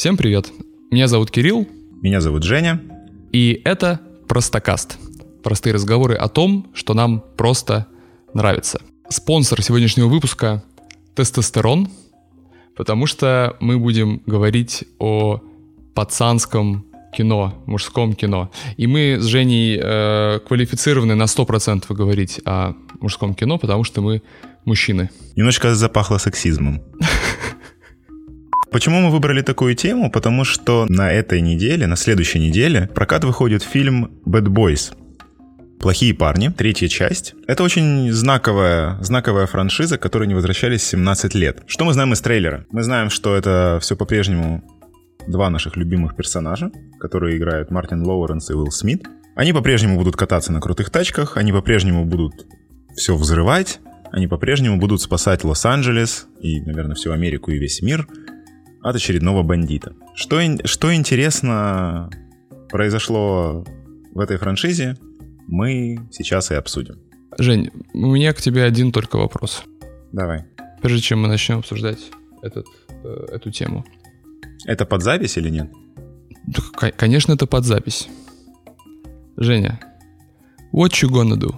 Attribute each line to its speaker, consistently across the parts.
Speaker 1: Всем привет, меня зовут Кирилл.
Speaker 2: Меня зовут Женя.
Speaker 1: И это Простокаст. Простые разговоры о том, что нам просто нравится. Спонсор сегодняшнего выпуска — тестостерон, потому что мы будем говорить о пацанском кино, мужском кино. И мы с Женей квалифицированы на 100% говорить о мужском кино, потому что мы мужчины.
Speaker 2: Немножко запахло сексизмом. Почему мы выбрали такую тему? Потому что на этой неделе, на следующей неделе, в прокат выходит фильм «Bad Boys». «Плохие парни», третья часть. Это очень знаковая франшиза, к которой не возвращались 17 лет. Что мы знаем из трейлера? Мы знаем, что это все по-прежнему два наших любимых персонажа, которые играют Мартин Лоуренс и Уилл Смит. Они по-прежнему будут кататься на крутых тачках, они по-прежнему будут все взрывать, они по-прежнему будут спасать Лос-Анджелес и, наверное, всю Америку и весь мир от очередного бандита. Что интересно произошло в этой франшизе, мы сейчас и обсудим.
Speaker 1: Жень, у меня к тебе один только вопрос.
Speaker 2: Давай.
Speaker 1: Прежде чем мы начнем обсуждать эту тему.
Speaker 2: Это под запись или нет?
Speaker 1: Конечно, это под запись. Женя, what you gonna do?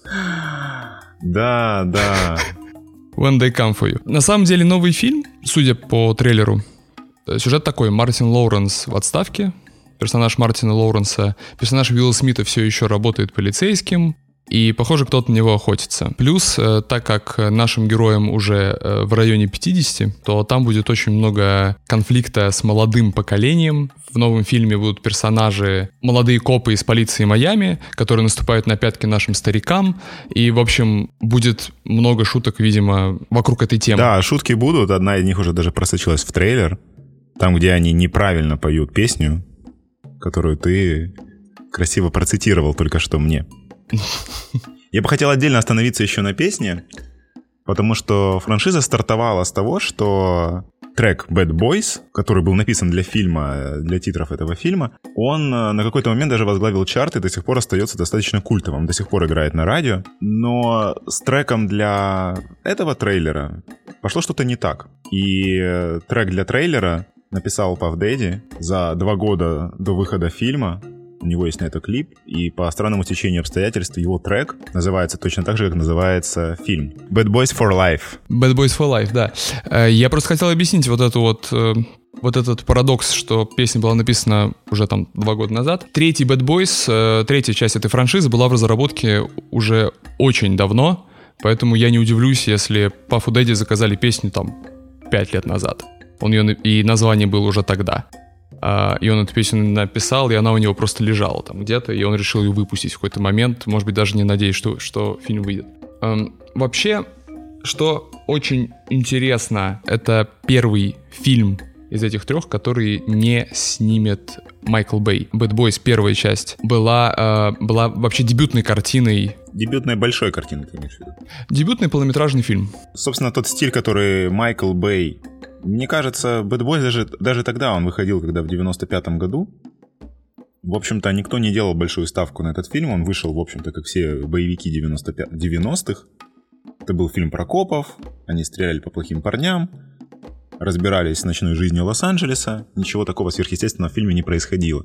Speaker 2: Да.
Speaker 1: When they come for you. На самом деле новый фильм, судя по трейлеру, сюжет такой: Мартин Лоуренс в отставке, персонаж Мартина Лоуренса, персонаж Уилла Смита все еще работает полицейским, и, похоже, кто-то на него охотится. Плюс, так как нашим героям уже в районе 50, то там будет очень много конфликта с молодым поколением. В новом фильме будут персонажи, молодые копы из полиции Майами, которые наступают на пятки нашим старикам. И, в общем, будет много шуток, видимо, вокруг этой темы.
Speaker 2: Да, шутки будут. Одна из них уже даже просочилась в трейлер. Там, где они неправильно поют песню, которую ты красиво процитировал только что мне. Я бы хотел отдельно остановиться еще на песне, потому что франшиза стартовала с того, что трек Bad Boys, который был написан для фильма, для титров этого фильма, он на какой-то момент даже возглавил чарты и до сих пор остается достаточно культовым, до сих пор играет на радио. Но с треком для этого трейлера пошло что-то не так. И трек для трейлера написал Puff Daddy за 2 года до выхода фильма. У него есть на это клип, и по странному течению обстоятельств его трек называется точно так же, как называется фильм. Bad Boys for Life.
Speaker 1: Bad Boys for Life, да. Я просто хотел объяснить вот этот парадокс, что песня была написана уже там 2 года назад. Третий Bad Boys, третья часть этой франшизы была в разработке уже очень давно, поэтому я не удивлюсь, если Puff Daddy заказали песню там 5 лет назад. И название было уже тогда. И он эту песню написал, и она у него просто лежала там где-то, и он решил ее выпустить в какой-то момент, может быть, даже не надеясь, что фильм выйдет. Вообще, что очень интересно, это первый фильм из этих 3, который не снимет Майкл Бэй. Bad Boys, первая часть, была вообще дебютной картиной.
Speaker 2: Дебютной большой картиной, ты имеешь в виду?
Speaker 1: Дебютный полнометражный фильм.
Speaker 2: Собственно, тот стиль, который Майкл Бэй... Мне кажется, Bad Boys даже тогда он выходил, когда в 95-м году. В общем-то, никто не делал большую ставку на этот фильм. Он вышел, в общем-то, как все боевики 90-х. Это был фильм про копов. Они стреляли по плохим парням, разбирались с ночной жизнью Лос-Анджелеса. Ничего такого сверхъестественного в фильме не происходило.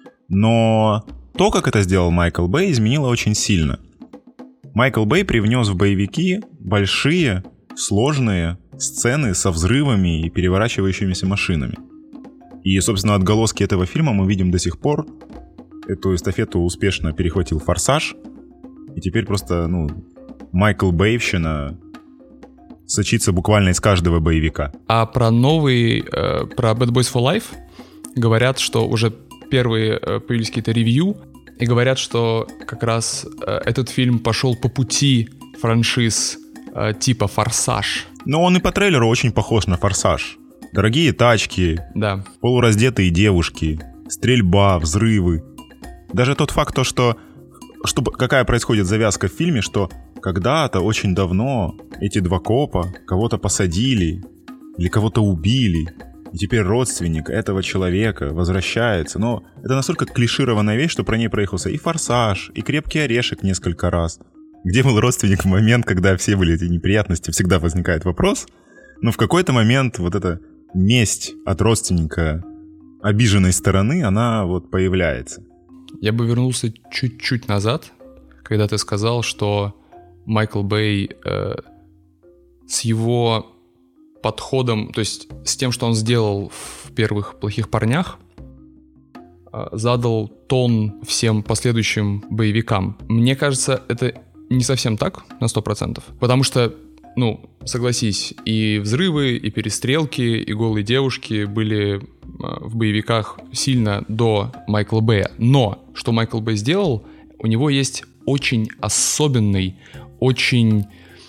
Speaker 2: Но то, как это сделал Майкл Бэй, изменило очень сильно. Майкл Бэй привнес в боевики большие, сложные сцены со взрывами и переворачивающимися машинами. И, собственно, отголоски этого фильма мы видим до сих пор. Эту эстафету успешно перехватил «Форсаж». И теперь просто, Майкл Бэйвщина сочится буквально из каждого боевика.
Speaker 1: А про Bad Boys for Life говорят, что уже первые появились какие-то ревью, и говорят, что как раз этот фильм пошел по пути франшиз типа «Форсаж».
Speaker 2: Но он и по трейлеру очень похож на «Форсаж». Дорогие тачки,
Speaker 1: да.
Speaker 2: Полураздетые девушки, стрельба, взрывы. Даже тот факт, какая происходит завязка в фильме, что когда-то, очень давно, эти 2 копа кого-то посадили или кого-то убили, и теперь родственник этого человека возвращается. Но это настолько клишированная вещь, что про ней проехался и «Форсаж», и «Крепкий орешек» несколько раз. Где был родственник в момент, когда все были эти неприятности, всегда возникает вопрос. Но в какой-то момент вот эта месть от родственника обиженной стороны, она вот появляется.
Speaker 1: Я бы вернулся чуть-чуть назад, когда ты сказал, что Майкл Бэй с его подходом, то есть с тем, что он сделал в первых «Плохих парнях», задал тон всем последующим боевикам. Мне кажется, это не совсем так на 100%, потому что, согласись, и взрывы, и перестрелки, и голые девушки были в боевиках сильно до Майкла Бэя. Но что Майкл Бэй сделал, у него есть очень особенный, очень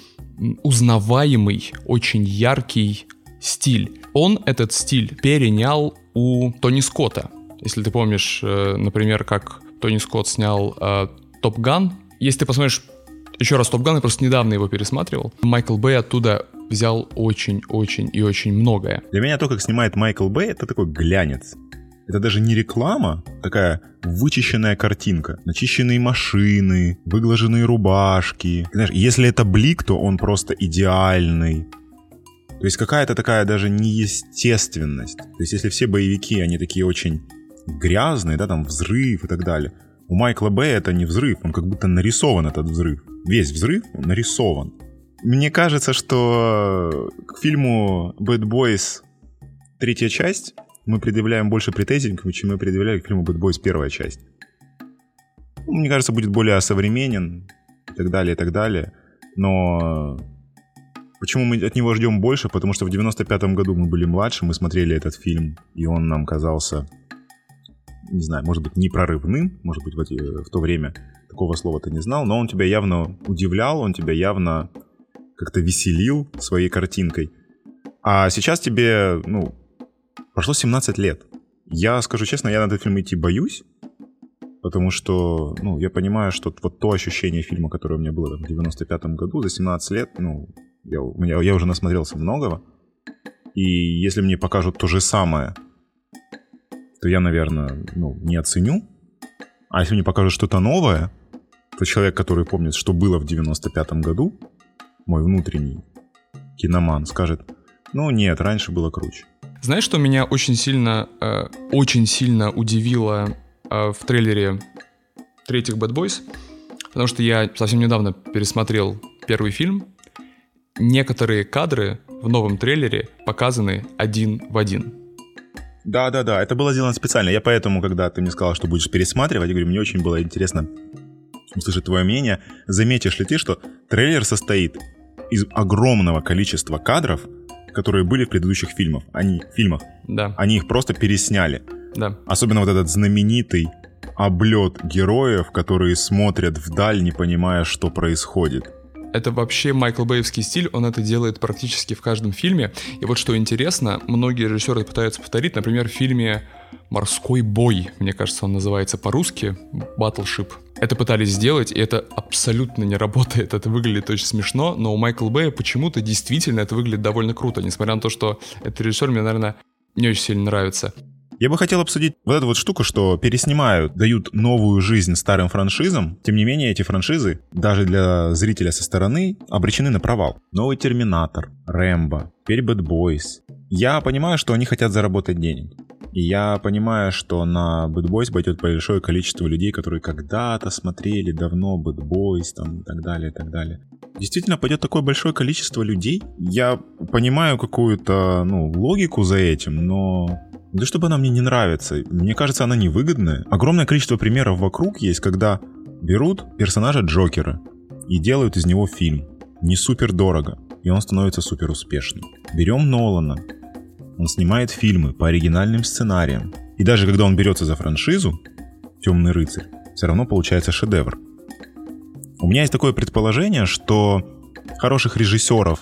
Speaker 1: узнаваемый, очень яркий стиль. Он этот стиль перенял у Тони Скотта. Если ты помнишь, например, как Тони Скотт снял «Топ Ган». Если ты посмотришь еще раз «Топ Ган», я просто недавно его пересматривал, Майкл Бэй оттуда взял очень-очень и очень многое.
Speaker 2: Для меня то, как снимает Майкл Бэй, это такой глянец. Это даже не реклама, такая вычищенная картинка. Начищенные машины, выглаженные рубашки. Знаешь, если это Блик, то он просто идеальный. То есть какая-то такая даже неестественность. То есть если все боевики, они такие очень грязные, да, там взрыв и так далее. У Майкла Бэя это не взрыв, он как будто нарисован, этот взрыв. Весь взрыв нарисован. Мне кажется, что к фильму Bad Boys 3-я часть мы предъявляем больше претензий, чем мы предъявляли к фильму Bad Boys 1-я часть. Мне кажется, будет более современен и так далее, и так далее. Но почему мы от него ждем больше? Потому что в 95-м году мы были младше, мы смотрели этот фильм, и он нам казался, не знаю, может быть, не прорывным, может быть, в то время такого слова ты не знал, но он тебя явно удивлял, он тебя явно как-то веселил своей картинкой. А сейчас тебе, прошло 17 лет. Я скажу честно, я на этот фильм идти боюсь, потому что, я понимаю, что вот то ощущение фильма, которое у меня было в 95-м году, за 17 лет, я уже насмотрелся многого, и если мне покажут то же самое, то я, наверное, не оценю. А если мне покажут что-то новое, то человек, который помнит, что было в 95-м году, мой внутренний киноман, скажет, нет, раньше было круче.
Speaker 1: Знаешь, что меня очень сильно удивило в трейлере третьих Bad Boys? Потому что я совсем недавно пересмотрел первый фильм. Некоторые кадры в новом трейлере показаны один в один.
Speaker 2: Да, это было сделано специально. Я поэтому, когда ты мне сказал, что будешь пересматривать, я говорю, мне очень было интересно услышать твое мнение. Заметишь ли ты, что трейлер состоит из огромного количества кадров, которые были в предыдущих фильмах.
Speaker 1: Да.
Speaker 2: Они их просто пересняли.
Speaker 1: Да.
Speaker 2: Особенно вот этот знаменитый облет героев, которые смотрят вдаль, не понимая, что происходит.
Speaker 1: Это вообще Майкл Бэевский стиль, он это делает практически в каждом фильме. И вот что интересно, многие режиссеры пытаются повторить, например, в фильме «Морской бой», мне кажется, он называется по-русски, «Battleship». Это пытались сделать, и это абсолютно не работает, это выглядит очень смешно, но у Майкла Бэя почему-то действительно это выглядит довольно круто, несмотря на то, что этот режиссер мне, наверное, не очень сильно нравится.
Speaker 2: Я бы хотел обсудить вот эту вот штуку, что переснимают, дают новую жизнь старым франшизам. Тем не менее, эти франшизы, даже для зрителя со стороны, обречены на провал. Новый «Терминатор», «Рэмбо», теперь «Bad Boys». Я понимаю, что они хотят заработать денег. И я понимаю, что на Bad Boys пойдет большое количество людей, которые когда-то смотрели давно Bad Boys, там, и так далее, и так далее. Действительно, пойдет такое большое количество людей. Я понимаю какую-то, логику за этим, но... Да чтобы она мне не нравится. Мне кажется, она невыгодная. Огромное количество примеров вокруг есть, когда берут персонажа Джокера и делают из него фильм. Не супер дорого. И он становится супер успешным. Берем Нолана. Он снимает фильмы по оригинальным сценариям. И даже когда он берется за франшизу «Темный рыцарь», все равно получается шедевр. У меня есть такое предположение, что хороших режиссеров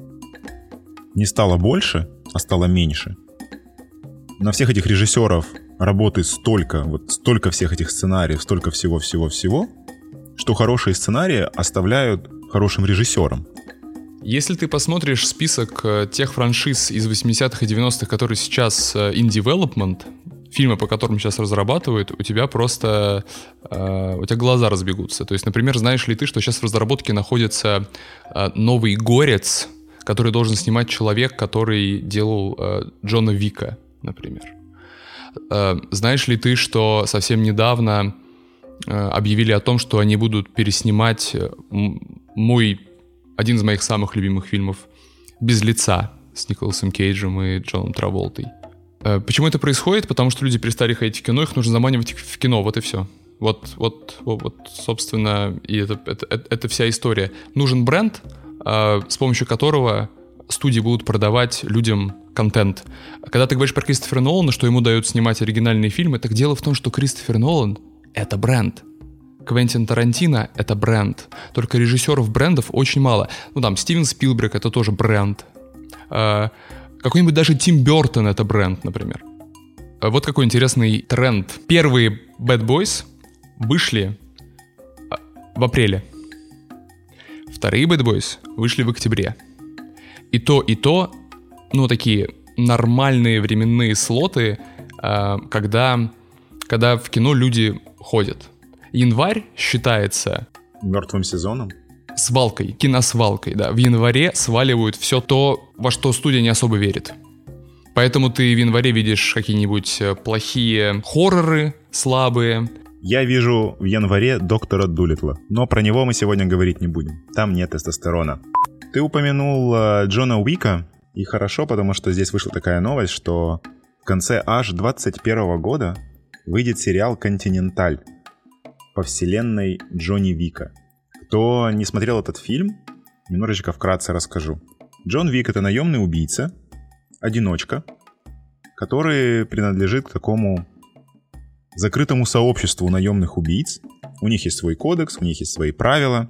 Speaker 2: не стало больше, а стало меньше. На всех этих режиссеров работает столько всех этих сценариев, столько всего-всего-всего, что хорошие сценарии оставляют хорошим режиссерам.
Speaker 1: Если ты посмотришь список тех франшиз из 80-х и 90-х, которые сейчас in development, фильмы, по которым сейчас разрабатывают, у тебя просто у тебя глаза разбегутся. То есть, например, знаешь ли ты, что сейчас в разработке находится новый «Горец», который должен снимать человек, который делал Джона Вика, например. Знаешь ли ты, что совсем недавно объявили о том, что они будут переснимать один из моих самых любимых фильмов «Без лица» с Николасом Кейджем и Джоном Траволтой. Почему это происходит? Потому что люди перестали ходить в кино, их нужно заманивать в кино, вот и все. Вот, собственно, и это вся история. Нужен бренд, с помощью которого студии будут продавать людям контент. Когда ты говоришь про Кристофера Нолана, что ему дают снимать оригинальные фильмы, так дело в том, что Кристофер Нолан — это бренд. Квентин Тарантино — это бренд. Только режиссеров брендов очень мало. Ну там, Стивен Спилберг — это тоже бренд. Какой-нибудь даже Тим Бёртон — это бренд, например. Вот какой интересный тренд. Первые Bad Boys вышли в апреле. Вторые Bad Boys вышли в октябре. И то, ну, такие нормальные временные слоты, когда в кино люди ходят. Январь считается...
Speaker 2: мертвым сезоном?
Speaker 1: Свалкой, киносвалкой, да. В январе сваливают все то, во что студия не особо верит. Поэтому ты в январе видишь какие-нибудь плохие хорроры, слабые.
Speaker 2: Я вижу в январе Доктора Дулиттла, но про него мы сегодня говорить не будем. Там нет тестостерона. Ты упомянул Джона Уика, и хорошо, потому что здесь вышла такая новость, что в конце аж 2021 года выйдет сериал «Континенталь» по вселенной Джонни Уика. Кто не смотрел этот фильм, немножечко вкратце расскажу. Джон Уик — это наемный убийца, одиночка, который принадлежит к такому закрытому сообществу наемных убийц. У них есть свой кодекс, у них есть свои правила.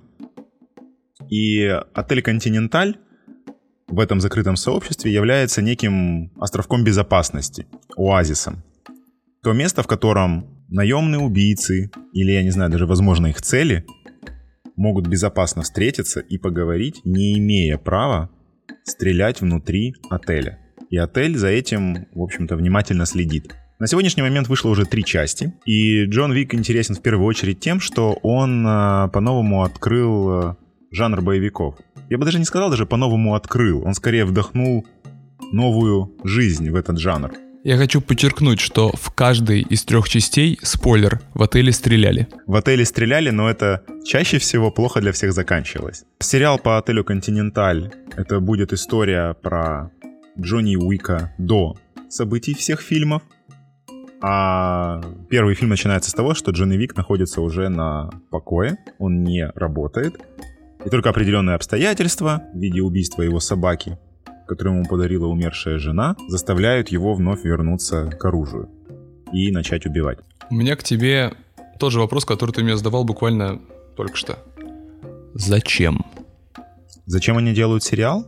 Speaker 2: И отель «Континенталь» в этом закрытом сообществе является неким островком безопасности, оазисом. То место, в котором наемные убийцы, или, я не знаю, даже, возможно, их цели, могут безопасно встретиться и поговорить, не имея права стрелять внутри отеля. И отель за этим, в общем-то, внимательно следит. На сегодняшний момент вышло уже 3 части, и Джон Уик интересен в первую очередь тем, что он по-новому открыл жанр боевиков. Я бы даже не сказал, даже по-новому открыл, он скорее вдохнул новую жизнь в этот жанр.
Speaker 1: Я хочу подчеркнуть, что в каждой из 3 частей, спойлер, в отеле стреляли.
Speaker 2: В отеле стреляли, но это чаще всего плохо для всех заканчивалось. Сериал по отелю «Континенталь» — это будет история про Джонни Уика до событий всех фильмов. А первый фильм начинается с того, что Джонни Уик находится уже на покое, он не работает. И только определенные обстоятельства в виде убийства его собаки, которую ему подарила умершая жена, заставляют его вновь вернуться к оружию и начать убивать.
Speaker 1: У меня к тебе тот же вопрос, который ты мне задавал буквально только что. Зачем?
Speaker 2: Зачем они делают сериал?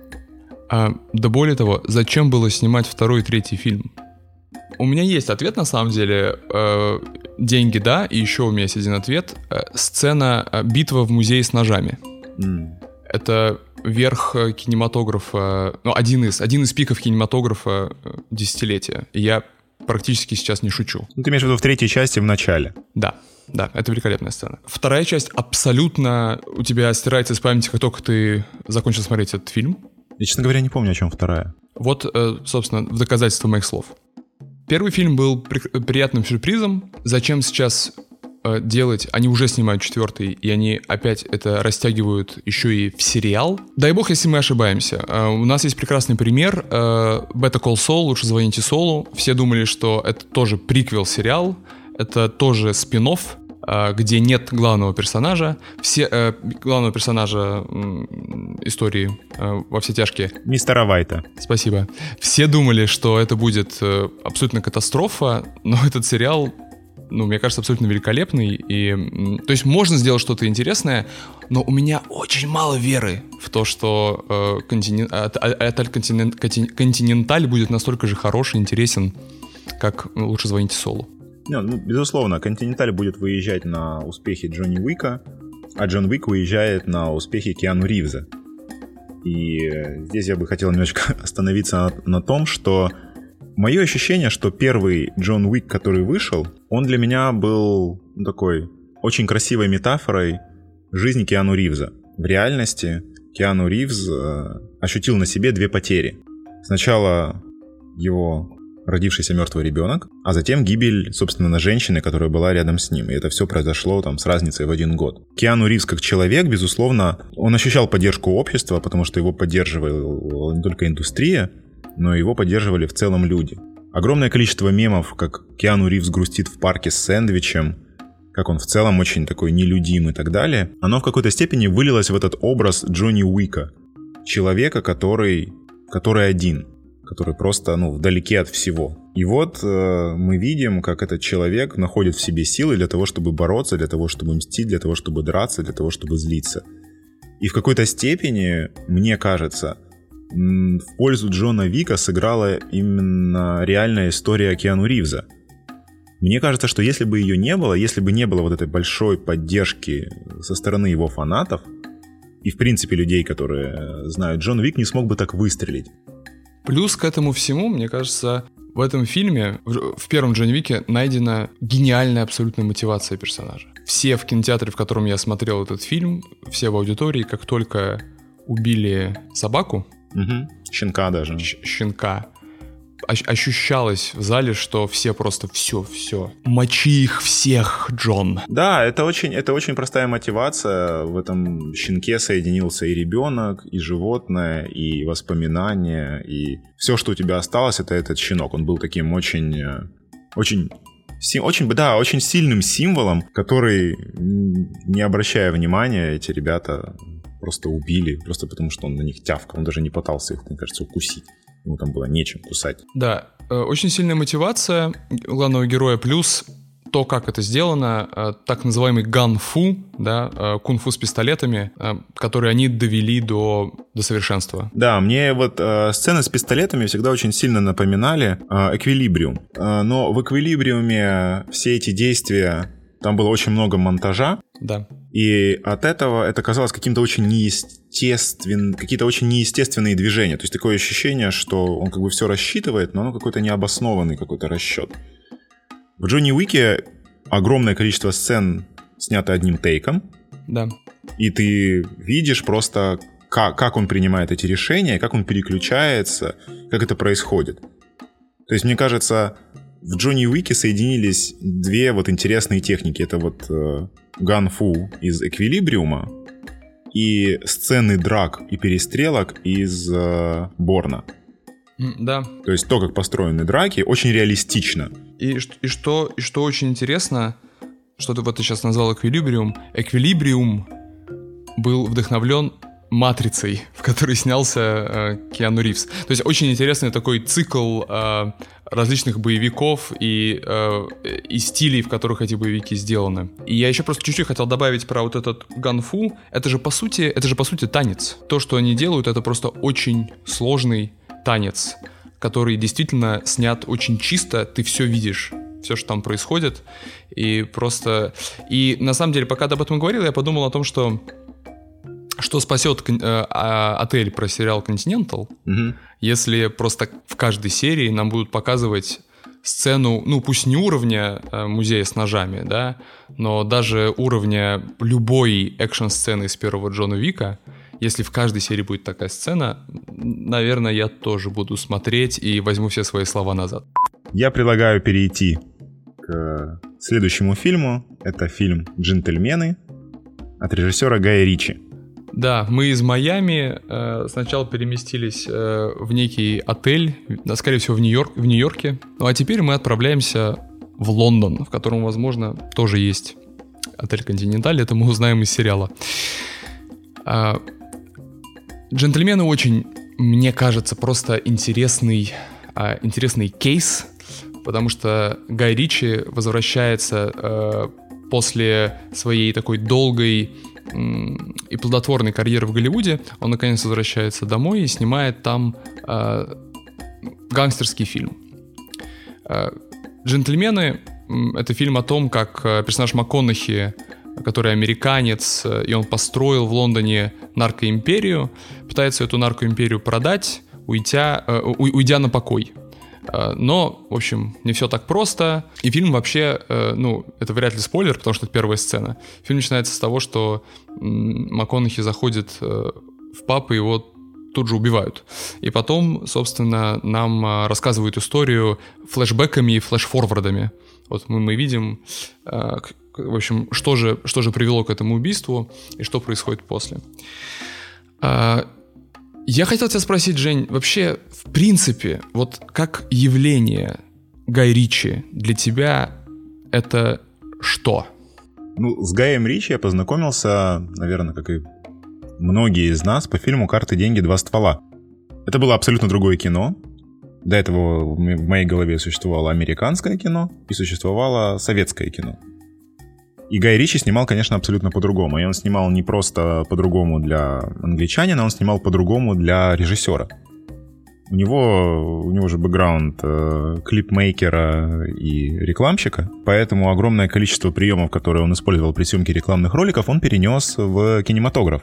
Speaker 1: Да более того, зачем было снимать 2 и 3 фильм? У меня есть ответ, на самом деле. Деньги, да, и еще у меня есть один ответ. Сцена «Битва в музее с ножами». Это верх кинематографа, ну, один из пиков кинематографа десятилетия. И я практически сейчас не шучу.
Speaker 2: Ты имеешь в виду в 3 части в начале?
Speaker 1: Да, это великолепная сцена. 2 часть абсолютно у тебя стирается из памяти, как только ты закончил смотреть этот фильм.
Speaker 2: Я, честно говоря, не помню, о чем 2.
Speaker 1: Вот, собственно, в доказательство моих слов. Первый фильм был приятным сюрпризом. Зачем сейчас делать? Они уже снимают 4, и они опять это растягивают еще и в сериал. Дай бог, если мы ошибаемся. У нас есть прекрасный пример. Better Call Saul, лучше звоните Солу. Все думали, что это тоже приквел-сериал. Это тоже спин-офф, где нет главного персонажа. Главного персонажа истории «Во все тяжкие».
Speaker 2: Мистера Вайта.
Speaker 1: Спасибо. Все думали, что это будет абсолютно катастрофа, но этот сериал, мне кажется, абсолютно великолепный. И, то есть можно сделать что-то интересное, но у меня очень мало веры в то, что «Континенталь» будет настолько же хорош и интересен, как «Лучше звоните Солу».
Speaker 2: Безусловно, «Континенталь» будет выезжать на успехи Джонни Уика, а Джон Уик уезжает на успехи Киану Ривза. И здесь я бы хотел немножечко остановиться на том, что мое ощущение, что первый Джон Уик, который вышел, он для меня был такой очень красивой метафорой жизни Киану Ривза. В реальности Киану Ривз ощутил на себе 2 потери. Сначала его родившийся мертвый ребенок, а затем гибель, собственно, женщины, которая была рядом с ним. И это все произошло там с разницей в 1 год. Киану Ривз как человек, безусловно, он ощущал поддержку общества, потому что его поддерживала не только индустрия, но и его поддерживали в целом люди. Огромное количество мемов, как Киану Ривз грустит в парке с сэндвичем, как он в целом очень такой нелюдим и так далее, оно в какой-то степени вылилось в этот образ Джонни Уика. Человека, который один, который просто, вдалеке от всего. И вот мы видим, как этот человек находит в себе силы для того, чтобы бороться, для того, чтобы мстить, для того, чтобы драться, для того, чтобы злиться. И в какой-то степени, мне кажется, в пользу Джона Уика сыграла именно реальная история Киану Ривза. Мне кажется, что если бы ее не было, если бы не было вот этой большой поддержки со стороны его фанатов, и в принципе людей, которые знают, Джон Уик не смог бы так выстрелить.
Speaker 1: Плюс к этому всему, мне кажется, в этом фильме, в первом Джонни Уике, найдена гениальная абсолютная мотивация персонажа. Все в кинотеатре, в котором я смотрел этот фильм, все в аудитории, как только убили собаку,
Speaker 2: щенка даже,
Speaker 1: щенка, ощущалось в зале, что все просто все, мочи их всех, Джон.
Speaker 2: Да, это очень простая мотивация. В этом щенке соединился и ребенок, и животное, и воспоминания, и все, что у тебя осталось, это этот щенок. Он был таким очень сильным символом, который, не обращая внимания, эти ребята просто убили, просто потому что он на них тявкал. Он даже не пытался их, мне кажется, укусить. Ему там было нечем кусать.
Speaker 1: Да, очень сильная мотивация главного героя, плюс то, как это сделано, так называемый ган-фу, да, кунг-фу с пистолетами, которые они довели до совершенства.
Speaker 2: Да, мне вот сцены с пистолетами всегда очень сильно напоминали «Эквилибриум». Но в «Эквилибриуме» все эти действия, там было очень много монтажа.
Speaker 1: Да.
Speaker 2: И от этого это казалось каким-то очень какие-то очень неестественные движения. То есть такое ощущение, что он как бы все рассчитывает, но оно какой-то необоснованный какой-то расчет. В Джонни Уике огромное количество сцен снято одним тейком.
Speaker 1: Да.
Speaker 2: И ты видишь просто, как он принимает эти решения, как он переключается, как это происходит. То есть, мне кажется, в Джонни Уике соединились две вот интересные техники. Это вот ган-фу из «Эквилибриума» и сцены драк и перестрелок из «Борна».
Speaker 1: Да.
Speaker 2: То есть то, как построены драки, очень реалистично.
Speaker 1: И что очень интересно, что ты сейчас назвал «Эквилибриум». «Эквилибриум» был вдохновлен «Матрицей», в которой снялся Киану Ривз. То есть очень интересный такой цикл различных боевиков и стилей, в которых эти боевики сделаны. И я еще просто чуть-чуть хотел добавить про вот этот ган-фу. Это же по сути танец. То, что они делают, это просто очень сложный танец, который действительно снят очень чисто. Ты все видишь, все, что там происходит. И на самом деле, пока ты об этом говорил, я подумал о том, что спасет отель про сериал «Континентал», если просто в каждой серии нам будут показывать сцену, пусть не уровня музея с ножами, да, но даже уровня любой экшн-сцены из первого Джона Уика. Если в каждой серии будет такая сцена, наверное, я тоже буду смотреть и возьму все свои слова назад.
Speaker 2: Я предлагаю перейти к следующему фильму. Это фильм «Джентльмены» от режиссера Гая Ричи.
Speaker 1: Да, мы из Майами сначала переместились в некий отель, скорее всего, в Нью-Йорке. Ну а теперь мы отправляемся в Лондон, в котором, возможно, тоже есть отель «Континенталь». Это мы узнаем из сериала. «Джентльмены» очень, мне кажется, просто интересный кейс, потому что Гай Ричи возвращается после своей такой долгой и плодотворной карьеры в Голливуде. Он наконец возвращается домой и снимает там гангстерский фильм. «Джентльмены» — это фильм о том, как персонаж МакКонахи, который американец, и он построил в Лондоне наркоимперию, пытается эту наркоимперию продать, уйдя на покой. Но, в общем, не все так просто. И фильм вообще, это вряд ли спойлер, потому что это первая сцена. Фильм начинается с того, что МакКонахи заходит в паб, и его тут же убивают. И потом, собственно, нам рассказывают историю флешбэками и флешфорвардами. Вот мы видим, в общем, что же привело к этому убийству и что происходит после. Я хотел тебя спросить, Жень, вообще, в принципе, вот как явление Гай Ричи для тебя это что?
Speaker 2: Ну, с Гаем Ричи я познакомился, наверное, как и многие из нас, по фильму «Карты, деньги, два ствола». Это было абсолютно другое кино. До этого в моей голове существовало американское кино и существовало советское кино. И Гай Ричи снимал, конечно, абсолютно по-другому. И он снимал не просто по-другому для англичанина, он снимал по-другому для режиссера. У него же бэкграунд клипмейкера и рекламщика, поэтому огромное количество приемов, которые он использовал при съемке рекламных роликов, он перенес в кинематограф.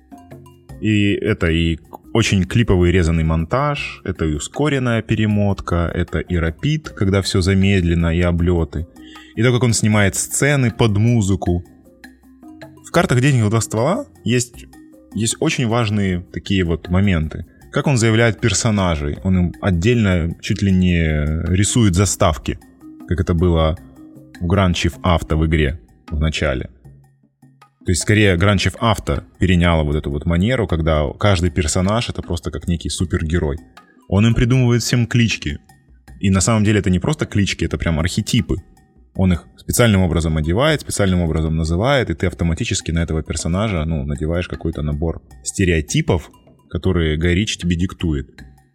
Speaker 2: И это и очень клиповый резанный монтаж, это и ускоренная перемотка, это и рапид, когда все замедлено, и облеты. И то, как он снимает сцены под музыку. В «Картах, денег, два ствола» есть очень важные такие вот моменты. Как он заявляет персонажей. Он им отдельно чуть ли не рисует заставки, как это было у Grand Theft Auto в игре в начале. То есть, скорее, Grand Theft Auto переняла вот эту вот манеру, когда каждый персонаж — это просто как некий супергерой. Он им придумывает всем клички. И на самом деле это не просто клички, это прям архетипы. Он их специальным образом одевает, специальным образом называет, и ты автоматически на этого персонажа, надеваешь какой-то набор стереотипов, которые Гай Ричи тебе диктует.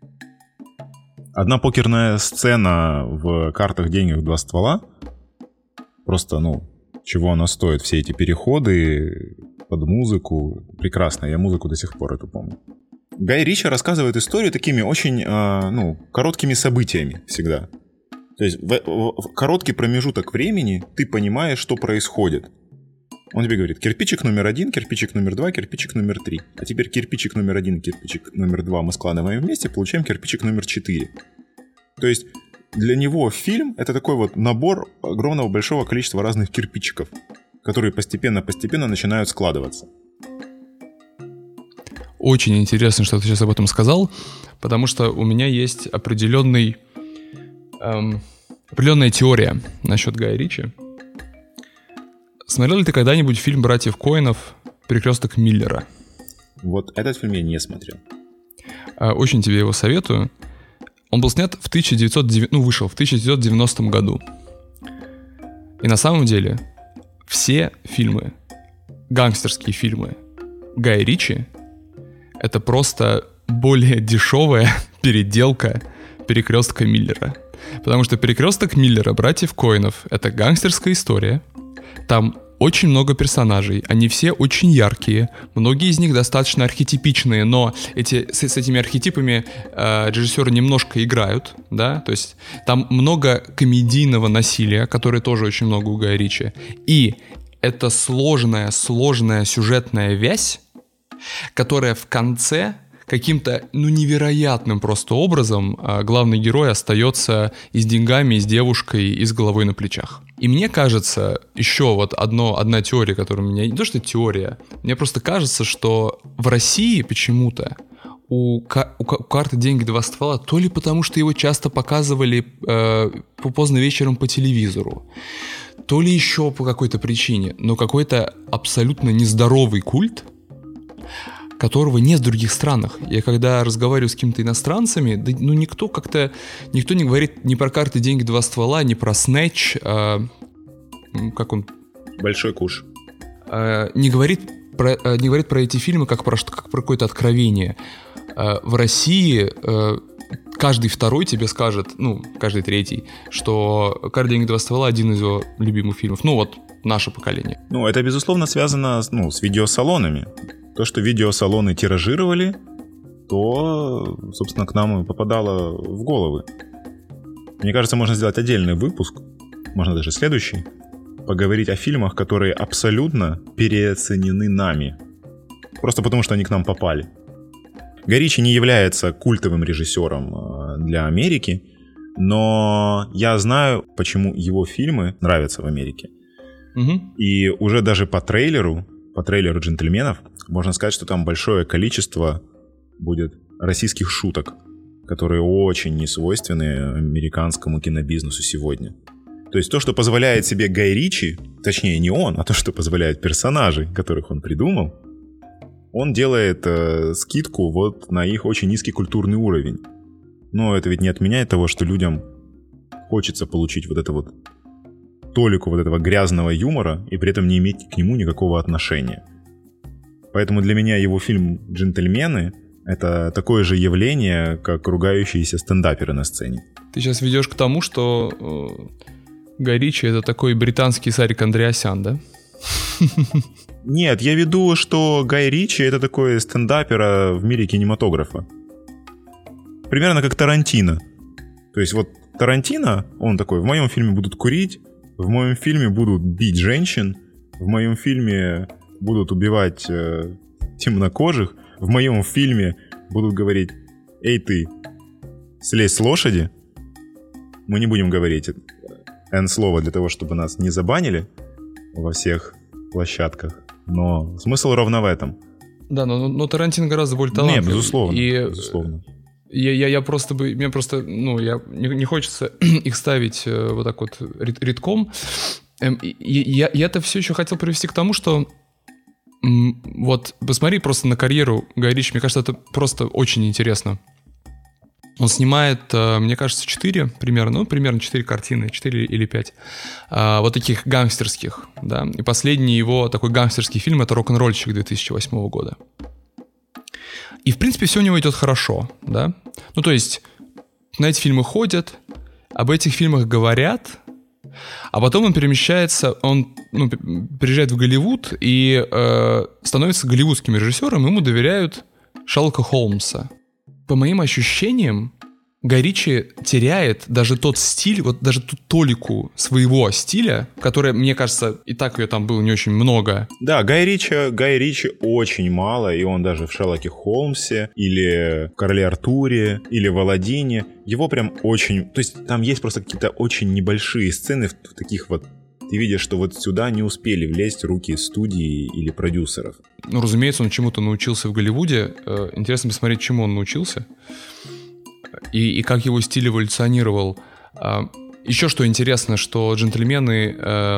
Speaker 2: Одна покерная сцена в «Картах, денег, два ствола» просто, чего она стоит, все эти переходы под музыку. Прекрасно, я музыку до сих пор эту помню. Гай Ричи рассказывает историю такими очень, короткими событиями всегда. То есть в короткий промежуток времени ты понимаешь, что происходит. Он тебе говорит: кирпичик номер 1, кирпичик номер 2, кирпичик номер 3. А теперь кирпичик номер 1, кирпичик номер 2 мы складываем вместе, получаем кирпичик номер 4. То есть для него фильм — это такой вот набор огромного большого количества разных кирпичиков, которые постепенно начинают складываться.
Speaker 1: Очень интересно, что ты сейчас об этом сказал, потому что у меня есть определенная теория насчет Гая Ричи. Смотрел ли ты когда-нибудь фильм братьев Коэнов «Перекресток Миллера»?
Speaker 2: Вот этот фильм я не смотрел.
Speaker 1: Очень тебе его советую. Он был снят вышел в 1990 году. И на самом деле все фильмы, гангстерские фильмы Гая Ричи — это просто более дешевая переделка «Перекрестка Миллера». Потому что «Перекресток Миллера» братьев Коэнов — это гангстерская история. Там очень много персонажей, они все очень яркие, многие из них достаточно архетипичные, но с этими архетипами режиссеры немножко играют, да, то есть там много комедийного насилия, которое тоже очень много у Гая Ричи, и это сложная сюжетная вязь, которая в конце каким-то, невероятным просто образом главный герой остается и с деньгами, и с девушкой, и с головой на плечах. И мне кажется, еще вот одна теория, которая у меня... Не то, что теория, мне просто кажется, что в России почему-то у «Карты, деньги, два ствола», то ли потому, что его часто показывали поздно вечером по телевизору, то ли еще по какой-то причине, но какой-то абсолютно нездоровый культ, которого нет в других странах. Я когда разговариваю с какими-то иностранцами, никто не говорит ни про «Карты, деньги, два ствола», ни про «Снэч», как он?
Speaker 2: «Большой куш».
Speaker 1: Не говорит про эти фильмы как про какое-то откровение. В России каждый второй тебе скажет, каждый третий, что «Карты, деньги, два ствола» — один из его любимых фильмов. Наше поколение.
Speaker 2: Это, безусловно, связано с видеосалонами. То, что видеосалоны тиражировали, то, собственно, к нам и попадало в головы. Мне кажется, можно сделать отдельный выпуск, можно даже следующий, поговорить о фильмах, которые абсолютно переоценены нами. Просто потому, что они к нам попали. Гай Ричи не является культовым режиссером для Америки, но я знаю, почему его фильмы нравятся в Америке.
Speaker 1: Угу.
Speaker 2: И уже даже по трейлеру «Джентльменов», можно сказать, что там большое количество будет российских шуток, которые очень несвойственны американскому кинобизнесу сегодня. То есть то, что позволяет себе Гай Ричи, точнее не он, а то, что позволяют персонажи, которых он придумал, он делает скидку вот на их очень низкий культурный уровень. Но это ведь не отменяет того, что людям хочется получить вот это вот толику вот этого грязного юмора и при этом не иметь к нему никакого отношения. Поэтому для меня его фильм «Джентльмены» — это такое же явление, как ругающиеся стендаперы на сцене.
Speaker 1: Ты сейчас ведешь к тому, что Гай Ричи — это такой британский Сарик Андреасян, да?
Speaker 2: Нет, я веду, что Гай Ричи — это такой стендапер в мире кинематографа. Примерно как Тарантино. То есть вот Тарантино, он такой: в моем фильме будут курить, в моем фильме будут бить женщин, в моем фильме будут убивать темнокожих, в моем фильме будут говорить: эй ты, слезь с лошади. Мы не будем говорить N-слово для того, чтобы нас не забанили во всех площадках, но смысл ровно в этом.
Speaker 1: Да, но Тарантино гораздо более талантливый.
Speaker 2: Нет, безусловно,
Speaker 1: и
Speaker 2: безусловно.
Speaker 1: Я просто бы... Мне просто... не хочется их ставить вот так вот редком. Я-то все еще хотел привести к тому, что вот посмотри просто на карьеру Гая Ричи. Мне кажется, это просто очень интересно. Он снимает, мне кажется, 4 примерно 4 картины, 4 или 5, вот таких гангстерских, да. И последний его такой гангстерский фильм — это «Рок-н-ролльщик» 2008 года. И, в принципе, все у него идет хорошо, да. Ну, то есть, на эти фильмы ходят, об этих фильмах говорят, а потом он перемещается, приезжает в Голливуд и становится голливудским режиссером, ему доверяют Шерлока Холмса. По моим ощущениям, Гай Ричи теряет даже тот стиль, вот даже ту толику своего стиля, которая, мне кажется, и так ее там было не очень много.
Speaker 2: Да, Гай Ричи очень мало, и он даже в Шерлоке Холмсе, или в Короле Артуре, или в Аладдине, его прям очень... То есть там есть просто какие-то очень небольшие сцены в таких вот... Ты видишь, что вот сюда не успели влезть руки студии или продюсеров.
Speaker 1: Ну, разумеется, он чему-то научился в Голливуде. Интересно посмотреть, чему он научился. И как его стиль эволюционировал. Еще что интересно, что «Джентльмены»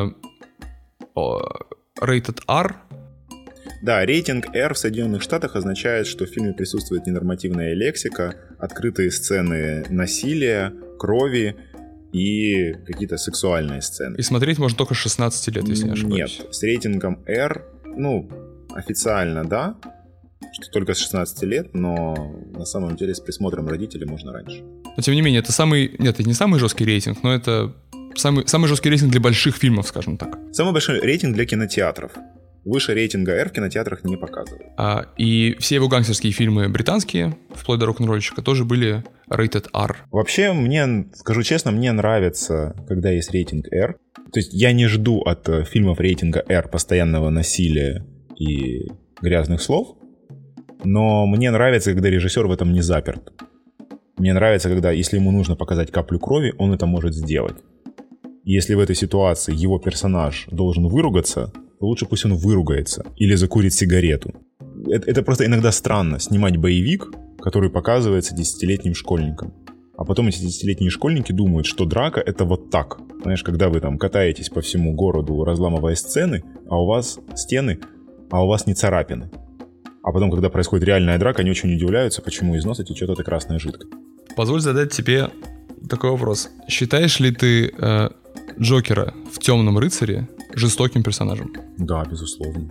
Speaker 1: rated R.
Speaker 2: Да, рейтинг R в Соединенных Штатах означает, что в фильме присутствует ненормативная лексика, открытые сцены насилия, крови и какие-то сексуальные сцены.
Speaker 1: И смотреть можно только с 16 лет, если не ошибаюсь.
Speaker 2: Нет, с рейтингом R, официально да, что только с 16 лет, но на самом деле с присмотром родителей можно раньше.
Speaker 1: Но тем не менее, это не самый жесткий рейтинг, но это самый жесткий рейтинг для больших фильмов, скажем так.
Speaker 2: Самый большой рейтинг для кинотеатров. Выше рейтинга R в кинотеатрах не показывают.
Speaker 1: И все его гангстерские фильмы британские, вплоть до «Рок-н-ролльщика», тоже были rated R.
Speaker 2: Вообще, скажу честно, мне нравится, когда есть рейтинг R. То есть я не жду от фильмов рейтинга R постоянного насилия и грязных слов, но мне нравится, когда режиссер в этом не заперт. Мне нравится, когда, если ему нужно показать каплю крови, он это может сделать. И если в этой ситуации его персонаж должен выругаться, то лучше пусть он выругается или закурит сигарету. Это просто иногда странно, снимать боевик, который показывается 10-летним школьникам. А потом эти 10-летние школьники думают, что драка — это вот так. Знаешь, когда вы там катаетесь по всему городу, разламывая сцены, а у вас стены, а у вас не царапины. А потом, когда происходит реальная драка, они очень удивляются, почему из носа течет эта красная жидкость.
Speaker 1: Позволь задать тебе такой вопрос. Считаешь ли ты Джокера в «Темном рыцаре» жестоким персонажем?
Speaker 2: Да, безусловно.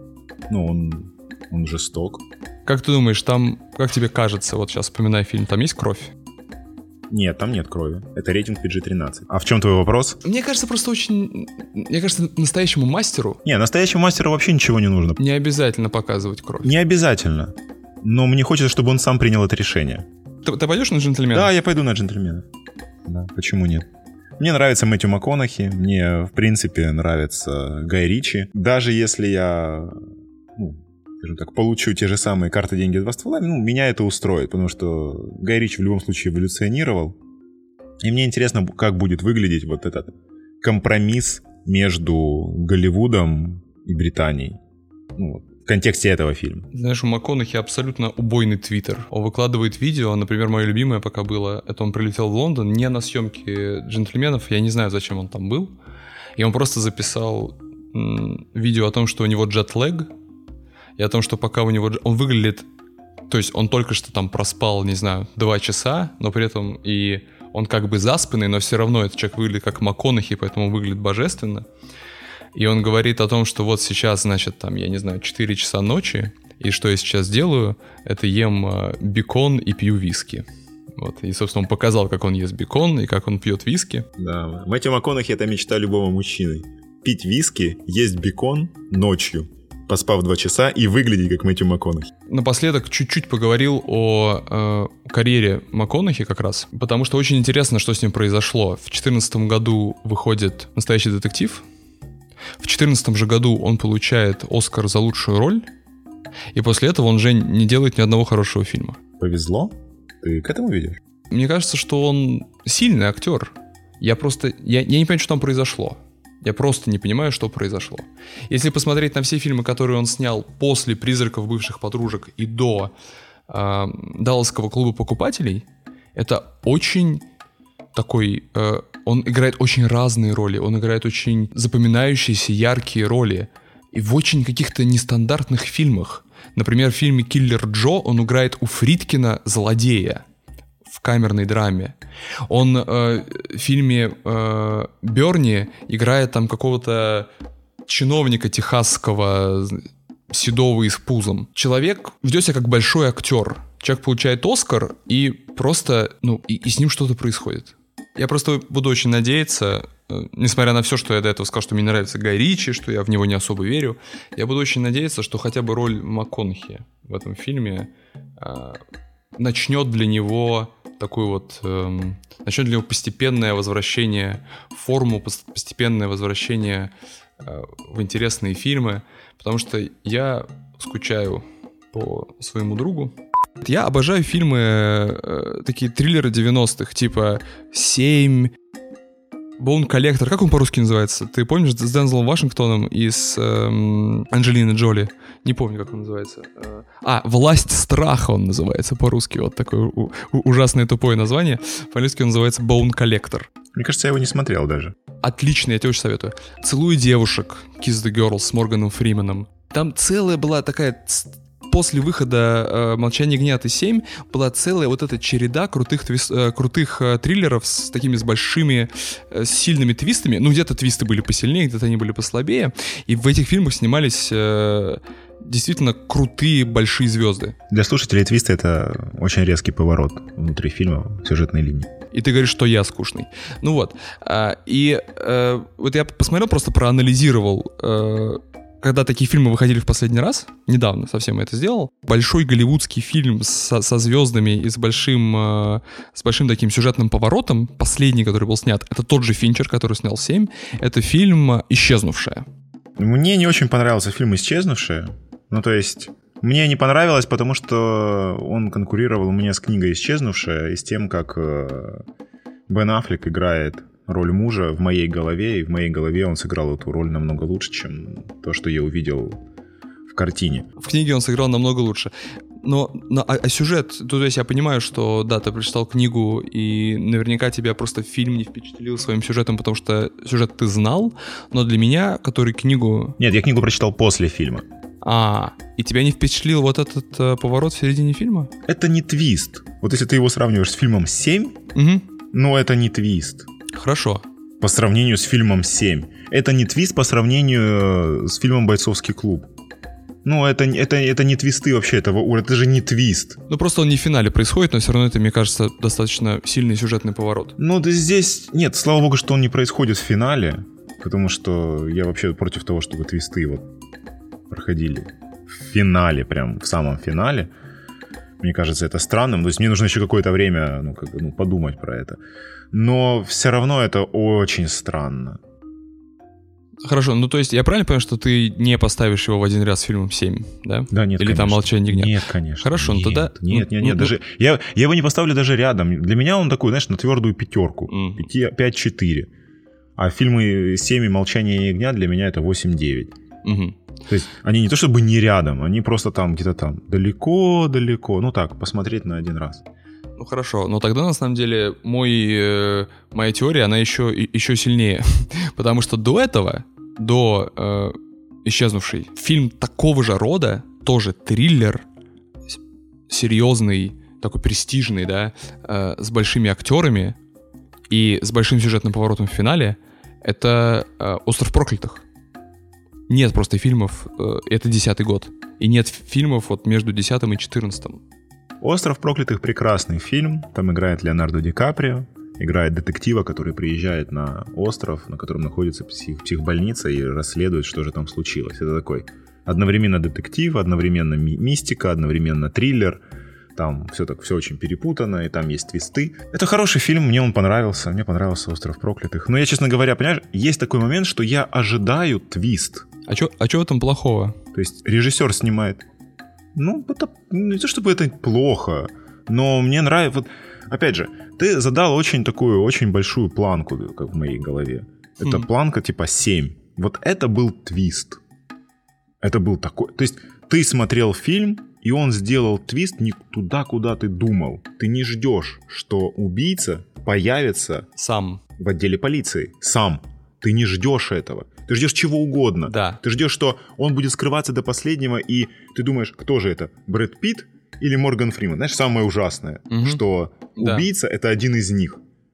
Speaker 2: Он жесток.
Speaker 1: Как ты думаешь, там, как тебе кажется, вот сейчас вспоминая фильм, там есть кровь?
Speaker 2: Нет, там нет крови. Это рейтинг PG-13. А в чем твой вопрос?
Speaker 1: Мне кажется, Мне кажется, настоящему мастеру...
Speaker 2: настоящему мастеру вообще ничего не нужно.
Speaker 1: Не обязательно показывать кровь.
Speaker 2: Не обязательно. Но мне хочется, чтобы он сам принял это решение.
Speaker 1: Ты пойдешь на «Джентльменов»?
Speaker 2: Да, я пойду на «Джентльменов». Да, почему нет? Мне нравится Мэтью МакКонахи, мне, в принципе, нравится Гай Ричи. Даже если я, скажем так, получу те же самые карты, деньги, два ствола, меня это устроит, потому что Гай Ричи в любом случае эволюционировал. И мне интересно, как будет выглядеть вот этот компромисс между Голливудом и Британией. контексте этого фильма.
Speaker 1: Знаешь, у МакКонахи абсолютно убойный твиттер. Он выкладывает видео, например, мое любимое пока было, это он прилетел в Лондон не на съемки «Джентльменов», я не знаю, зачем он там был, и он просто записал видео о том, что у него джет-лэг, и о том, что пока у него... Он выглядит... То есть он только что там проспал, не знаю, 2 часа, но при этом и он как бы заспанный, но все равно этот человек выглядит как МакКонахи, поэтому выглядит божественно. И он говорит о том, что вот сейчас, значит, там, я не знаю, 4 часа ночи, и что я сейчас делаю, это ем бекон и пью виски. Вот. И, собственно, он показал, как он ест бекон и как он пьет виски.
Speaker 2: Да, Мэтью МакКонахи — это мечта любого мужчины. Пить виски, есть бекон ночью, поспав 2 часа и выглядеть как Мэтью МакКонахи.
Speaker 1: Напоследок чуть-чуть поговорил о карьере МакКонахи как раз, потому что очень интересно, что с ним произошло. В 2014 году выходит «Настоящий детектив». В 2014 же году он получает «Оскар» за лучшую роль, и после этого он уже не делает ни одного хорошего фильма.
Speaker 2: Повезло? Ты к этому ведешь?
Speaker 1: Мне кажется, что он сильный актер. Я не понимаю, что там произошло. Я просто не понимаю, что произошло. Если посмотреть на все фильмы, которые он снял после «Призраков бывших подружек» и до «Далласского клуба покупателей», это очень такой... он играет очень разные роли, он играет очень запоминающиеся, яркие роли. И в очень каких-то нестандартных фильмах. Например, в фильме «Киллер Джо» он играет у Фридкина злодея в камерной драме. Он в фильме «Берни» играет там какого-то чиновника техасского, седого и с пузом. Человек ведет себя как большой актер. Человек получает «Оскар», и просто, и с ним что-то происходит. Я просто буду очень надеяться, несмотря на все, что я до этого сказал, что мне нравится Гай Ричи, что я в него не особо верю, я буду очень надеяться, что хотя бы роль МакКонахи в этом фильме начнет для него такой вот... начнет для него постепенное возвращение в форму, постепенное возвращение в интересные фильмы, потому что я скучаю по своему другу. Я обожаю фильмы, такие триллеры 90-х, типа «7», «Bone Collector», как он по-русски называется? Ты помнишь, с Дензелом Вашингтоном и с Анджелиной Джоли? Не помню, как он называется. «Власть страха» он называется по-русски. Вот такое ужасное тупое название. По-английски он называется «Bone Collector».
Speaker 2: Мне кажется, я его не смотрел даже.
Speaker 1: Отлично, я тебе очень советую. «Целую девушек», «Kiss the Girl» с Морганом Фрименом. Там целая была такая... После выхода «Молчание ягнят» и «7» была целая вот эта череда крутых триллеров с такими с большими, сильными твистами. Где-то твисты были посильнее, где-то они были послабее. И в этих фильмах снимались действительно крутые большие звезды.
Speaker 2: Для слушателей твисты — это очень резкий поворот внутри фильма, сюжетной линии.
Speaker 1: И ты говоришь, что я скучный. Вот я посмотрел, просто проанализировал... Когда такие фильмы выходили в последний раз, недавно совсем я это сделал, большой голливудский фильм со звездами и с большим таким сюжетным поворотом, последний, который был снят, это тот же Финчер, который снял «7», это фильм «Исчезнувшая».
Speaker 2: Мне не очень понравился фильм «Исчезнувшая». Мне не понравилось, потому что он конкурировал мне с книгой «Исчезнувшая» и с тем, как Бен Аффлек играет роль мужа в моей голове, и в моей голове он сыграл эту роль намного лучше, чем то, что я увидел в картине.
Speaker 1: В книге он сыграл намного лучше. Но сюжет, то есть я понимаю, что да, ты прочитал книгу, и наверняка тебя просто фильм не впечатлил своим сюжетом, потому что сюжет ты знал, но для меня, который книгу...
Speaker 2: Нет, я книгу прочитал после фильма.
Speaker 1: И тебя не впечатлил вот этот поворот в середине фильма?
Speaker 2: Это не твист. Вот если ты его сравниваешь с фильмом «7», это не твист.
Speaker 1: Хорошо.
Speaker 2: По сравнению с фильмом «7». Это не твист по сравнению с фильмом «Бойцовский клуб». Это не твисты вообще, это же не твист.
Speaker 1: Просто он не в финале происходит, но все равно это, мне кажется, достаточно сильный сюжетный поворот.
Speaker 2: Да здесь... Нет, слава богу, что он не происходит в финале, потому что я вообще против того, чтобы твисты проходили в финале, прям в самом финале. Мне кажется, это странным. То есть мне нужно еще какое-то время подумать про это. Но все равно это очень странно.
Speaker 1: Хорошо, то есть я правильно понимаю, что ты не поставишь его в один ряд с фильмом «7», да?
Speaker 2: Да, нет,
Speaker 1: Или конечно. Там «Молчание ягнят»?
Speaker 2: Нет, конечно.
Speaker 1: Хорошо,
Speaker 2: нет,
Speaker 1: тогда...
Speaker 2: Нет, даже... Я его не поставлю даже рядом. Для меня он такой, на твердую 5. 5-4. А фильмы «7» и «Молчание ягнят» для меня это 8-9. То есть они не то чтобы не рядом, они просто там где-то там далеко-далеко. Ну так, посмотреть на один раз.
Speaker 1: Ну хорошо, но тогда на самом деле моя теория, она еще сильнее. Потому что до этого, до «Исчезнувший», фильм такого же рода, тоже триллер, серьезный, такой престижный, да, с большими актерами и с большим сюжетным поворотом в финале, это «Остров проклятых». Нет просто фильмов, это 10-й год, и нет фильмов вот между 10-м и 14-м.
Speaker 2: «Остров проклятых» — прекрасный фильм, там играет Леонардо Ди Каприо, играет детектива, который приезжает на остров, на котором находится психбольница, и расследует, что же там случилось. Это такой одновременно детектив, одновременно мистика, одновременно триллер. Там все очень перепутано, и там есть твисты. Это хороший фильм, мне он понравился. Мне понравился «Остров проклятых». Но я, честно говоря, понимаешь, есть такой момент, что я ожидаю твист.
Speaker 1: А чё в этом плохого?
Speaker 2: То есть режиссер снимает... Ну, это не то чтобы это плохо, но мне нравится... Вот, опять же, ты задал очень большую планку, как в моей голове. Это планка типа 7. Вот это был твист. Это был такой... То есть ты смотрел фильм, и он сделал твист не туда, куда ты думал. Ты не ждешь, что убийца появится
Speaker 1: сам
Speaker 2: в отделе полиции. Сам. Ты не ждешь этого. Ты ждешь чего угодно.
Speaker 1: Да.
Speaker 2: Ты ждешь, что он будет скрываться до последнего, и ты думаешь, кто же это? Брэд Питт или Морган Фриман? Знаешь, самое ужасное, что убийца — это один из них.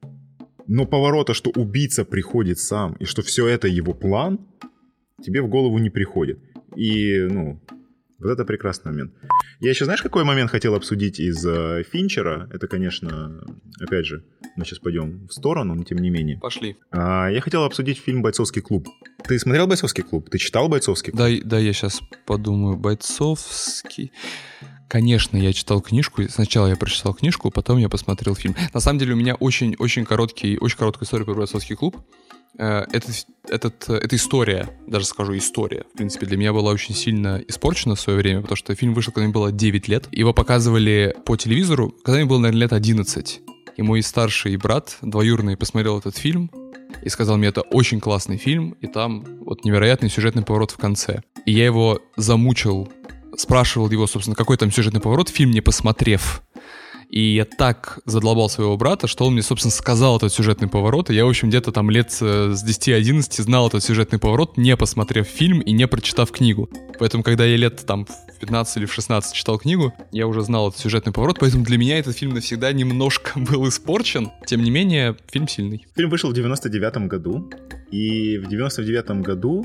Speaker 2: Но поворота, что убийца приходит сам, и что все это его план, тебе в голову не приходит. И, вот это прекрасный момент. Я еще, знаешь, какой момент хотел обсудить из Финчера? Это, конечно, опять же, мы сейчас пойдем в сторону, но тем не менее.
Speaker 1: Пошли.
Speaker 2: Я хотел обсудить фильм «Бойцовский клуб». Ты смотрел «Бойцовский клуб»? Ты читал «Бойцовский клуб»?
Speaker 1: Да, я сейчас подумаю. «Бойцовский». Конечно, я читал книжку. Сначала я прочитал книжку, потом я посмотрел фильм. На самом деле у меня очень короткая история про «Бойцовский клуб». Это история, даже скажу история, в принципе, для меня была очень сильно испорчена в свое время, потому что фильм вышел, когда мне было 9 лет. Его показывали по телевизору, когда мне было, наверное, лет 11. И мой старший брат, двоюродный, посмотрел этот фильм и сказал мне, это очень классный фильм, и там вот невероятный сюжетный поворот в конце. И я его замучил, спрашивал его, собственно, какой там сюжетный поворот, фильм не посмотрев. И я так задолбал своего брата, что он мне, собственно, сказал этот сюжетный поворот. И я, в общем, где-то там лет с 10-11 знал этот сюжетный поворот, не посмотрев фильм и не прочитав книгу. Поэтому, когда я лет там в 15 или в 16 читал книгу, я уже знал этот сюжетный поворот. Поэтому для меня этот фильм навсегда немножко был испорчен. Тем не менее, фильм сильный.
Speaker 2: Фильм вышел в 99-м году. И в 99-м году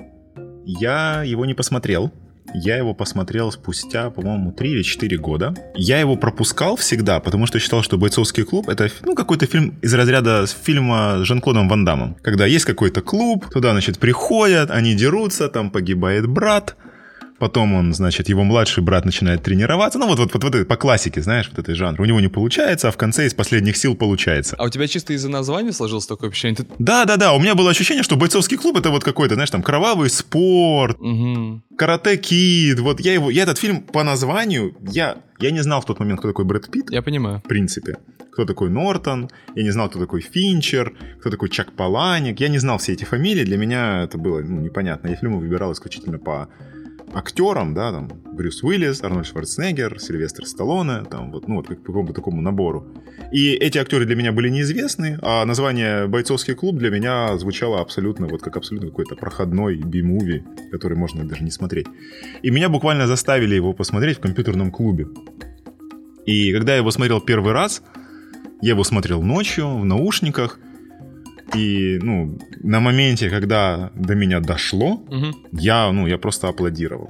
Speaker 2: я его не посмотрел. Я его посмотрел спустя, по-моему, 3 или 4 года. Я его пропускал всегда, потому что считал, что «Бойцовский клуб» — это какой-то фильм из разряда фильма с Жан-Клодом Ван Даммом. Когда есть какой-то клуб, туда, приходят, они дерутся, там погибает брат. Потом он, его младший брат начинает тренироваться. Вот это по классике, знаешь, вот этой жанр. У него не получается, а в конце из последних сил получается.
Speaker 1: А у тебя чисто из-за названия сложилось такое ощущение?
Speaker 2: Да. У меня было ощущение, что «Бойцовский клуб» — это вот какой-то, знаешь, там кровавый спорт, Карате Кид. Вот я этот фильм по названию, я не знал в тот момент, кто такой Брэд Питт.
Speaker 1: Я понимаю.
Speaker 2: В принципе. Кто такой Нортон. Я не знал, кто такой Финчер. Кто такой Чак Паланик. Я не знал все эти фамилии. Для меня это было непонятно. Я фильмы выбирал исключительно по актерам, да, там, Брюс Уиллис, Арнольд Шварценеггер, Сильвестр Сталлоне, там, как по какому-то такому набору. И эти актеры для меня были неизвестны, а название «Бойцовский клуб» для меня звучало абсолютно какой-то проходной би-муви, который можно даже не смотреть. И меня буквально заставили его посмотреть в компьютерном клубе. И когда я его смотрел первый раз, я его смотрел ночью, в наушниках, и, на моменте, когда до меня дошло, я просто аплодировал.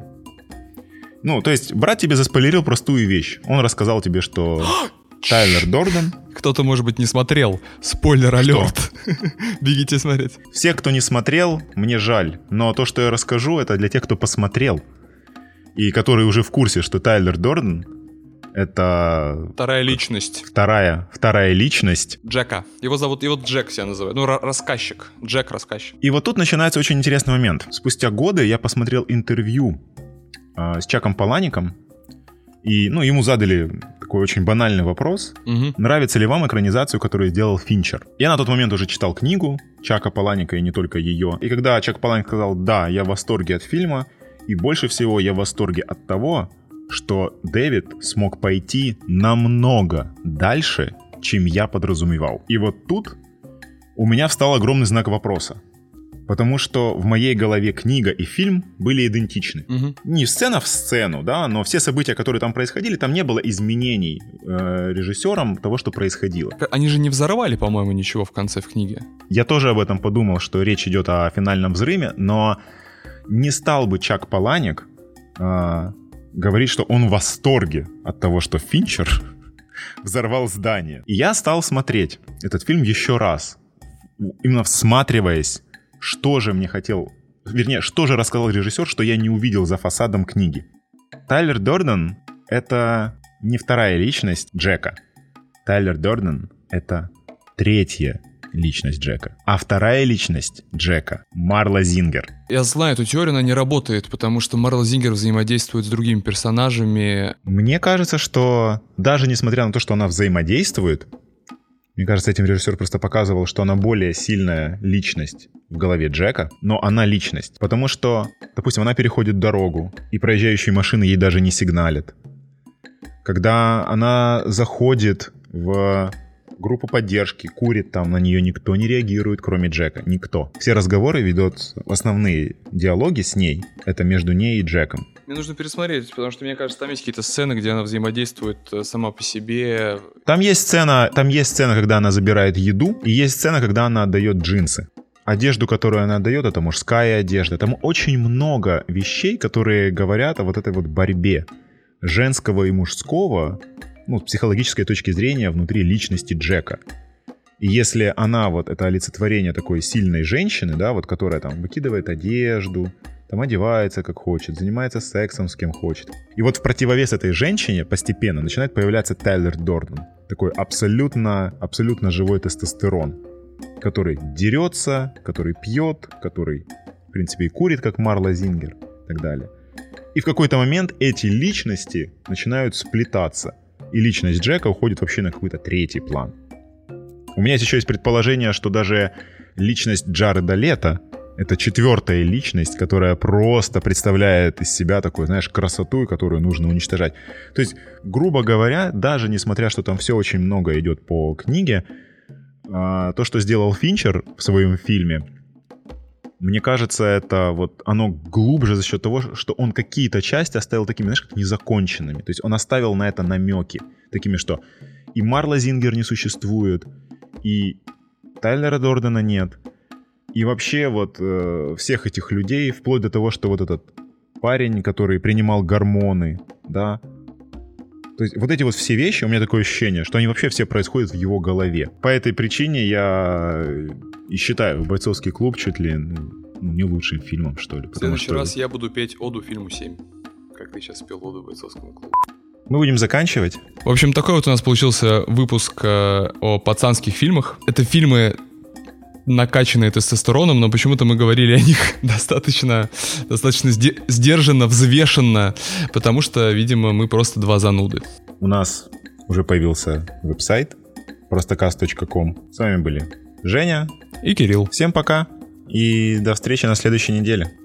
Speaker 2: То есть, брат тебе заспойлерил простую вещь. Он рассказал тебе, что Тайлер Дорден...
Speaker 1: Кто-то, может быть, не смотрел. Спойлер-алерт. Бегите смотреть.
Speaker 2: Всех, кто не смотрел, мне жаль. Но то, что я расскажу, это для тех, кто посмотрел. И который уже в курсе, что Тайлер Дорден — это...
Speaker 1: Вторая личность.
Speaker 2: Вторая личность.
Speaker 1: Джека. Его Джек себя называют. Рассказчик. Джек-рассказчик.
Speaker 2: И вот тут начинается очень интересный момент. Спустя годы я посмотрел интервью с Чаком Палаником. И, ему задали такой очень банальный вопрос. Нравится ли вам экранизацию, которую сделал Финчер? Я на тот момент уже читал книгу Чака Паланика, и не только ее. И когда Чак Паланик сказал, да, я в восторге от фильма, И больше всего я в восторге от того, что Дэвид смог пойти намного дальше, чем я подразумевал. И вот тут у меня встал огромный знак вопроса. Потому что в моей голове книга и фильм были идентичны. Не сцена в сцену, да, но все события, которые там происходили, там не было изменений режиссером того, что происходило.
Speaker 1: Они же не взорвали, по-моему, ничего в конце в книге.
Speaker 2: Я тоже об этом подумал, что речь идет о финальном взрыве, но не стал бы Чак Паланик говорить, что он в восторге от того, что Финчер взорвал здание. И я стал смотреть этот фильм еще раз, именно всматриваясь, что же мне хотел... Вернее, что же рассказал режиссер, что я не увидел за фасадом книги. Тайлер Дерден — это не вторая личность Джека. Тайлер Дерден — это третья личность Джека. А вторая личность Джека — Марла Зингер.
Speaker 1: Я знаю эту теорию, она не работает, потому что Марла Зингер взаимодействует с другими персонажами.
Speaker 2: Мне кажется, что даже несмотря на то, что она взаимодействует, мне кажется, этим режиссер просто показывал, что она более сильная личность в голове Джека, но она личность. Потому что, допустим, она переходит дорогу, и проезжающие машины ей даже не сигналят. Когда она заходит в группу поддержки, курит там, на нее никто не реагирует, кроме Джека. Никто. Все разговоры ведут, основные диалоги с ней, это между ней и Джеком.
Speaker 1: Мне нужно пересмотреть, потому что, мне кажется, там есть какие-то сцены, где она взаимодействует сама по себе.
Speaker 2: Там есть сцена, когда она забирает еду, и есть сцена, когда она отдает джинсы. Одежду, которую она отдает, это мужская одежда. Там очень много вещей, которые говорят о вот этой вот борьбе женского и мужского, ну, с психологической точки зрения, внутри личности Джека. И если она вот это олицетворение такой сильной женщины, да, вот которая там выкидывает одежду, там одевается как хочет, занимается сексом с кем хочет. И вот в противовес этой женщине постепенно начинает появляться Тайлер Дерден. Такой абсолютно живой тестостерон, который дерется, который пьет, который, в принципе, и курит, как Марла Зингер и так далее. И в какой-то момент эти личности начинают сплетаться. И личность Джека уходит вообще на какой-то третий план. У меня еще есть предположение, что даже личность Джареда Лето — это четвертая личность, которая просто представляет из себя такую, знаешь, красоту, которую нужно уничтожать. То есть, грубо говоря, даже несмотря, что там все очень много идет по книге, то, что сделал Финчер в своем фильме, мне кажется, это вот оно глубже за счет того, что он какие-то части оставил такими, знаешь, как незаконченными. То есть он оставил на это намеки, такими, что и Марла Зингер не существует, и Тайлера Дердена нет. И вообще вот всех этих людей, вплоть до того, что вот этот парень, который принимал гормоны, да. То есть вот эти вот все вещи, у меня такое ощущение, что они вообще все происходят в его голове. По этой причине я и считаю «Бойцовский клуб» чуть ли не лучшим фильмом, что ли.
Speaker 1: В следующий раз я буду петь оду фильму 7, как ты сейчас пел оду «Бойцовскому клубу».
Speaker 2: Мы будем заканчивать.
Speaker 1: В общем, такой вот у нас получился выпуск о пацанских фильмах. Это фильмы, накачанные тестостероном, но почему-то мы говорили о них достаточно сдержанно, взвешенно, потому что, видимо, мы просто два зануды.
Speaker 2: У нас уже появился веб-сайт prostocast.com. С вами были Женя
Speaker 1: и Кирилл.
Speaker 2: Всем пока и до встречи на следующей неделе.